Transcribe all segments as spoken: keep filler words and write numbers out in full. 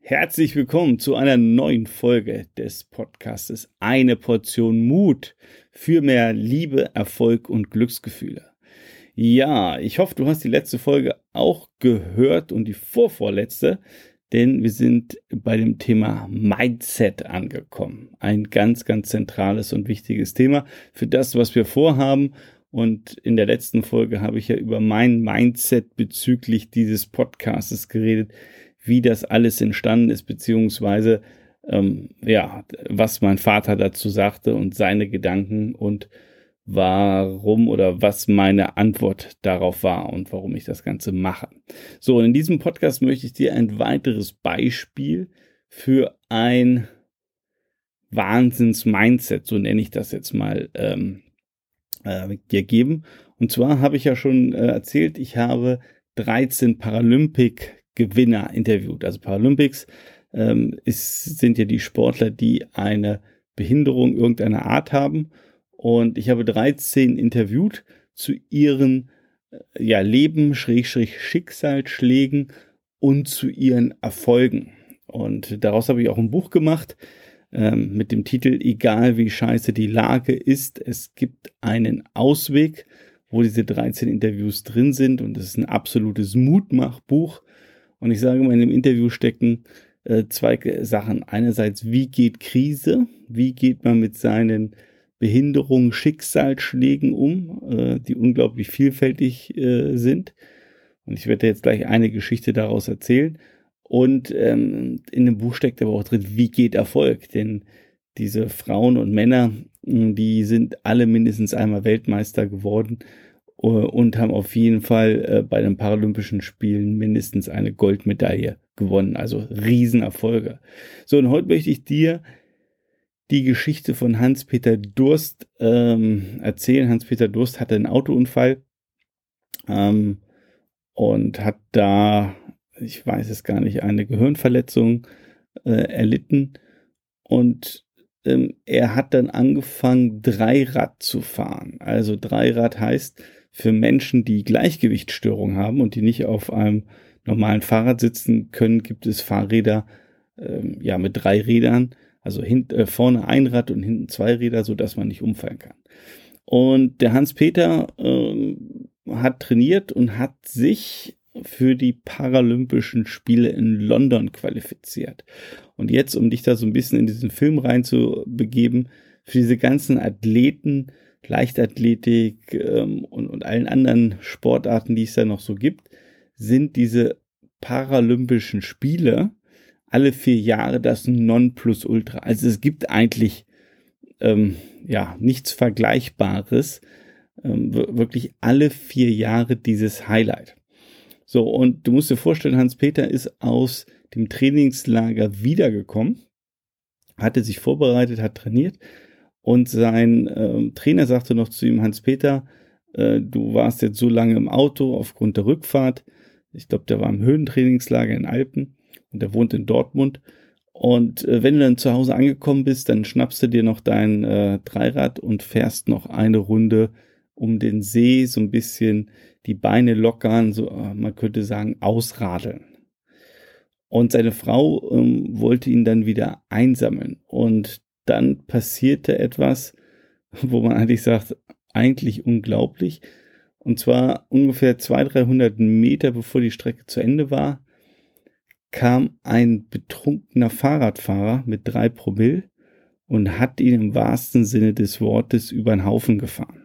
Herzlich willkommen zu einer neuen Folge des Podcastes Eine Portion Mut für mehr Liebe, Erfolg und Glücksgefühle. Ja, ich hoffe, du hast die letzte Folge auch gehört und die vorvorletzte, denn wir sind bei dem Thema Mindset angekommen. Ein ganz, ganz zentrales und wichtiges Thema für das, was wir vorhaben. Und in der letzten Folge habe ich ja über mein Mindset bezüglich dieses Podcastes geredet, wie das alles entstanden ist, beziehungsweise ähm, ja, was mein Vater dazu sagte und seine Gedanken und warum oder was meine Antwort darauf war und warum ich das Ganze mache. So, und in diesem Podcast möchte ich dir ein weiteres Beispiel für ein Wahnsinns-Mindset, so nenne ich das jetzt mal, ähm, äh, dir geben. Und zwar habe ich ja schon äh, erzählt, ich habe dreizehn Paralympic-Gewinner interviewt. Also Paralympics ähm, ist, sind ja die Sportler, die eine Behinderung irgendeiner Art haben. Und ich habe dreizehn interviewt zu ihren äh, ja, Leben, Schrägstrich Schicksalsschlägen und zu ihren Erfolgen. Und daraus habe ich auch ein Buch gemacht ähm, mit dem Titel Egal wie scheiße die Lage ist, es gibt einen Ausweg, wo diese dreizehn Interviews drin sind. Und es ist ein absolutes Mutmachbuch. Und ich sage mal, in dem Interview stecken äh, zwei Sachen. Einerseits, wie geht Krise? Wie geht man mit seinen Behinderungen, Schicksalsschlägen um, äh, die unglaublich vielfältig äh, sind. Und ich werde jetzt gleich eine Geschichte daraus erzählen. Und ähm, in dem Buch steckt aber auch drin, wie geht Erfolg? Denn diese Frauen und Männer, die sind alle mindestens einmal Weltmeister geworden äh, und haben auf jeden Fall äh, bei den Paralympischen Spielen mindestens eine Goldmedaille gewonnen. Also Riesenerfolge. So, und heute möchte ich dir die Geschichte von Hans-Peter Durst ähm, erzählen. Hans-Peter Durst hatte einen Autounfall ähm, und hat da, ich weiß es gar nicht, eine Gehirnverletzung äh, erlitten. Und ähm, er hat dann angefangen, Dreirad zu fahren. Also Dreirad heißt für Menschen, die Gleichgewichtsstörungen haben und die nicht auf einem normalen Fahrrad sitzen können, gibt es Fahrräder ähm, ja mit drei Rädern. Also hint, äh, vorne ein Rad und hinten zwei Räder, so dass man nicht umfallen kann. Und der Hans-Peter äh, hat trainiert und hat sich für die Paralympischen Spiele in London qualifiziert. Und jetzt, um dich da so ein bisschen in diesen Film reinzubegeben, für diese ganzen Athleten, Leichtathletik ähm, und, und allen anderen Sportarten, die es da noch so gibt, sind diese Paralympischen Spiele alle vier Jahre das Nonplusultra. Also es gibt eigentlich ähm, ja nichts Vergleichbares. Ähm, wirklich alle vier Jahre dieses Highlight. So, und du musst dir vorstellen, Hans-Peter ist aus dem Trainingslager wiedergekommen, hatte sich vorbereitet, hat trainiert und sein ähm, Trainer sagte noch zu ihm, Hans-Peter, äh, du warst jetzt so lange im Auto aufgrund der Rückfahrt. Ich glaube, der war im Höhentrainingslager in Alpen. Und der wohnt in Dortmund. Und äh, wenn du dann zu Hause angekommen bist, dann schnappst du dir noch dein äh, Dreirad und fährst noch eine Runde um den See, so ein bisschen die Beine lockern, so äh, man könnte sagen, ausradeln. Und seine Frau ähm, wollte ihn dann wieder einsammeln. Und dann passierte etwas, wo man eigentlich sagt, eigentlich unglaublich. Und zwar ungefähr zweihundert, dreihundert Meter bevor die Strecke zu Ende war, kam ein betrunkener Fahrradfahrer mit drei Promille und hat ihn im wahrsten Sinne des Wortes über den Haufen gefahren.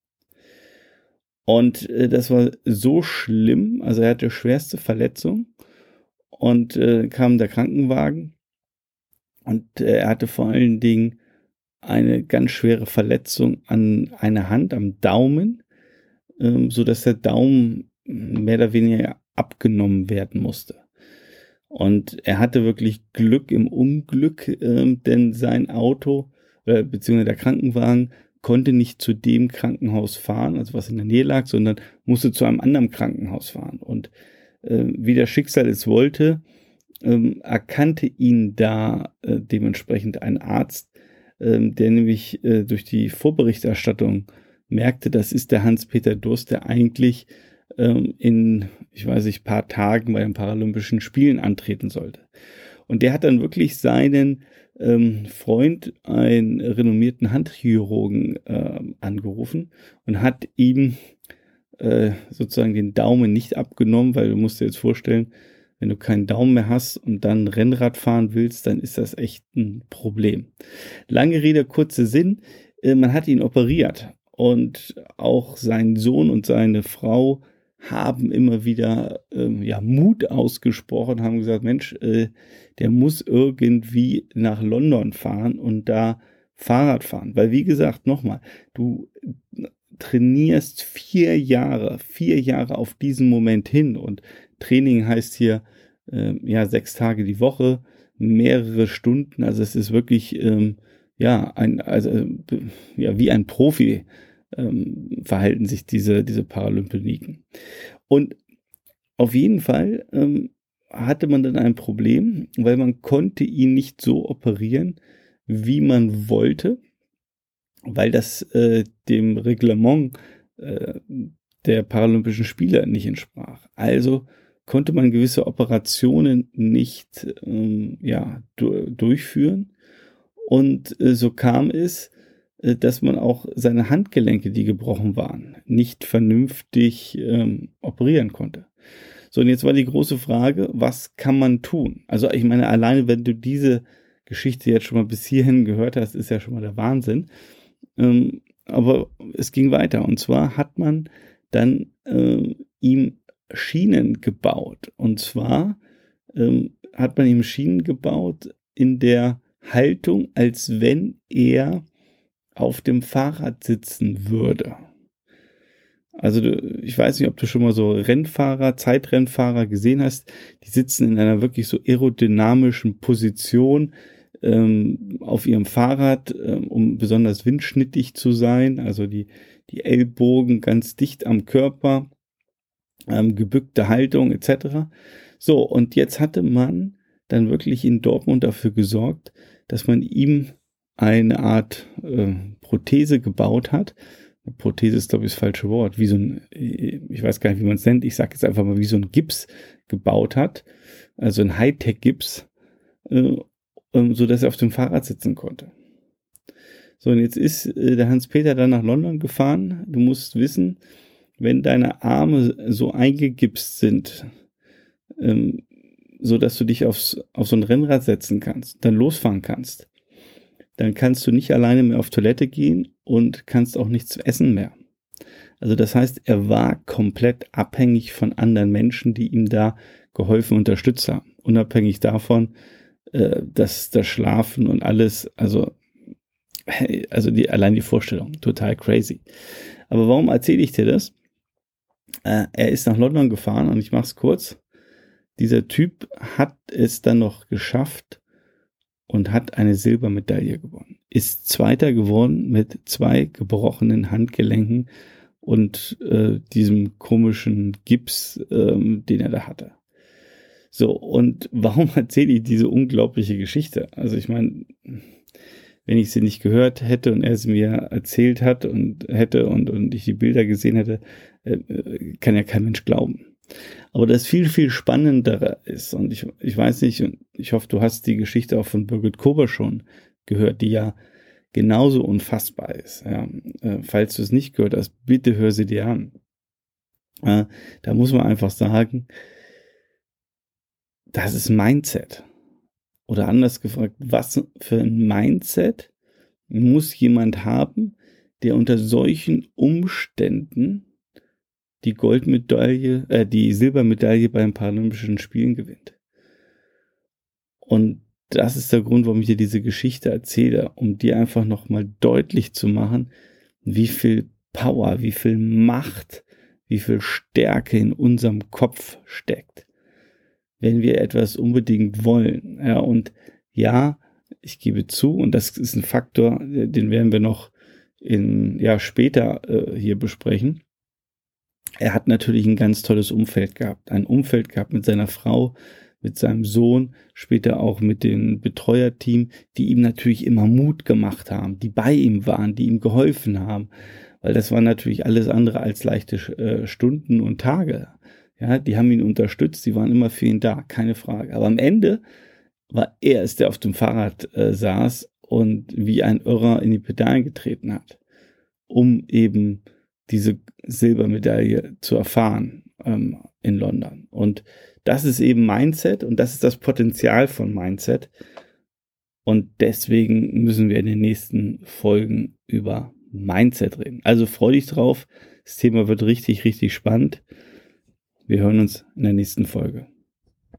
Und äh, das war so schlimm, also er hatte schwerste Verletzung und äh, kam der Krankenwagen und äh, er hatte vor allen Dingen eine ganz schwere Verletzung an einer Hand, am Daumen, ähm, sodass der Daumen mehr oder weniger abgenommen werden musste. Und er hatte wirklich Glück im Unglück, äh, denn sein Auto, äh, beziehungsweise der Krankenwagen, konnte nicht zu dem Krankenhaus fahren, also was in der Nähe lag, sondern musste zu einem anderen Krankenhaus fahren. Und äh, wie das Schicksal es wollte, äh, erkannte ihn da äh, dementsprechend ein Arzt, äh, der nämlich äh, durch die Vorberichterstattung merkte, das ist der Hans-Peter Durst, der eigentlich in, ich weiß nicht, paar Tagen bei den Paralympischen Spielen antreten sollte. Und der hat dann wirklich seinen ähm, Freund, einen renommierten Handchirurgen, äh, angerufen und hat ihm äh, sozusagen den Daumen nicht abgenommen, weil du musst dir jetzt vorstellen, wenn du keinen Daumen mehr hast und dann Rennrad fahren willst, dann ist das echt ein Problem. Lange Rede, kurzer Sinn, äh, man hat ihn operiert und auch sein Sohn und seine Frau haben immer wieder ähm, ja, Mut ausgesprochen, haben gesagt, Mensch, äh, der muss irgendwie nach London fahren und da Fahrrad fahren. Weil wie gesagt, nochmal, du trainierst vier Jahre, vier Jahre auf diesen Moment hin und Training heißt hier äh, ja sechs Tage die Woche, mehrere Stunden, also es ist wirklich ähm, ja ein also ja wie ein Profi ähm, verhalten sich diese diese Paralympioneken. Und auf jeden Fall ähm, hatte man dann ein Problem, weil man konnte ihn nicht so operieren, wie man wollte, weil das äh, dem Reglement äh, der Paralympischen Spiele nicht entsprach. Also konnte man gewisse Operationen nicht ähm, ja, du- durchführen. Und äh, so kam es, äh, dass man auch seine Handgelenke, die gebrochen waren, nicht vernünftig ähm, operieren konnte. So, und jetzt war die große Frage, was kann man tun? Also ich meine, alleine wenn du diese Geschichte jetzt schon mal bis hierhin gehört hast, ist ja schon mal der Wahnsinn. Ähm, aber es ging weiter. Und zwar hat man dann äh, ihm Schienen gebaut. Und zwar ähm, hat man ihm Schienen gebaut in der Haltung, als wenn er auf dem Fahrrad sitzen würde. Also du, ich weiß nicht, ob du schon mal so Rennfahrer, Zeitrennfahrer gesehen hast. Die sitzen in einer wirklich so aerodynamischen Position ähm, auf ihrem Fahrrad, ähm, um besonders windschnittig zu sein. Also die, die Ellbogen ganz dicht am Körper, ähm, gebückte Haltung et cetera. So, und jetzt hatte man dann wirklich in Dortmund dafür gesorgt, dass man ihm eine Art äh, Prothese gebaut hat. Prothese ist, glaube ich, das falsche Wort. Wie so ein, ich weiß gar nicht, wie man es nennt. Ich sage jetzt einfach mal, wie so ein Gips gebaut hat. Also ein Hightech-Gips, äh, so dass er auf dem Fahrrad sitzen konnte. So, und jetzt ist äh, der Hans-Peter dann nach London gefahren. Du musst wissen, wenn deine Arme so eingegipst sind, ähm, so dass du dich aufs, auf so ein Rennrad setzen kannst, dann losfahren kannst, dann kannst du nicht alleine mehr auf Toilette gehen und kannst auch nichts essen mehr. Also das heißt, er war komplett abhängig von anderen Menschen, die ihm da geholfen und unterstützt haben. Unabhängig davon, äh, dass das Schlafen und alles, also, also die, allein die Vorstellung, total crazy. Aber warum erzähle ich dir das? Äh, er ist nach London gefahren und ich mache es kurz. Dieser Typ hat es dann noch geschafft und hat eine Silbermedaille gewonnen. Ist Zweiter geworden mit zwei gebrochenen Handgelenken und äh, diesem komischen Gips, ähm, den er da hatte. So, und warum erzähle ich diese unglaubliche Geschichte? Also ich meine, wenn ich sie nicht gehört hätte und er sie mir erzählt hat und hätte und, und ich die Bilder gesehen hätte, äh, kann ja kein Mensch glauben. Aber das viel, viel Spannendere ist, und ich, ich weiß nicht, und ich hoffe, du hast die Geschichte auch von Birgit Kober schon gehört, die ja genauso unfassbar ist. Ja, äh, falls du es nicht gehört hast, bitte hör sie dir an. Äh, da muss man einfach sagen, das ist Mindset. Oder anders gefragt, was für ein Mindset muss jemand haben, der unter solchen Umständen die Goldmedaille, äh, die Silbermedaille bei den Paralympischen Spielen gewinnt. Und das ist der Grund, warum ich dir diese Geschichte erzähle, um dir einfach nochmal deutlich zu machen, wie viel Power, wie viel Macht, wie viel Stärke in unserem Kopf steckt, wenn wir etwas unbedingt wollen. Ja, und ja, ich gebe zu, und das ist ein Faktor, den werden wir noch in, ja, später äh, hier besprechen. Er hat natürlich ein ganz tolles Umfeld gehabt. Ein Umfeld gehabt mit seiner Frau, mit seinem Sohn, später auch mit dem Betreuerteam, die ihm natürlich immer Mut gemacht haben, die bei ihm waren, die ihm geholfen haben. Weil das waren natürlich alles andere als leichte äh, Stunden und Tage. Ja, die haben ihn unterstützt, die waren immer für ihn da, keine Frage. Aber am Ende war er es, der auf dem Fahrrad äh, saß und wie ein Irrer in die Pedalen getreten hat, um eben diese Silbermedaille zu erfahren ähm, in London. Und das ist eben Mindset und das ist das Potenzial von Mindset. Und deswegen müssen wir in den nächsten Folgen über Mindset reden. Also freu dich drauf. Das Thema wird richtig, richtig spannend. Wir hören uns in der nächsten Folge.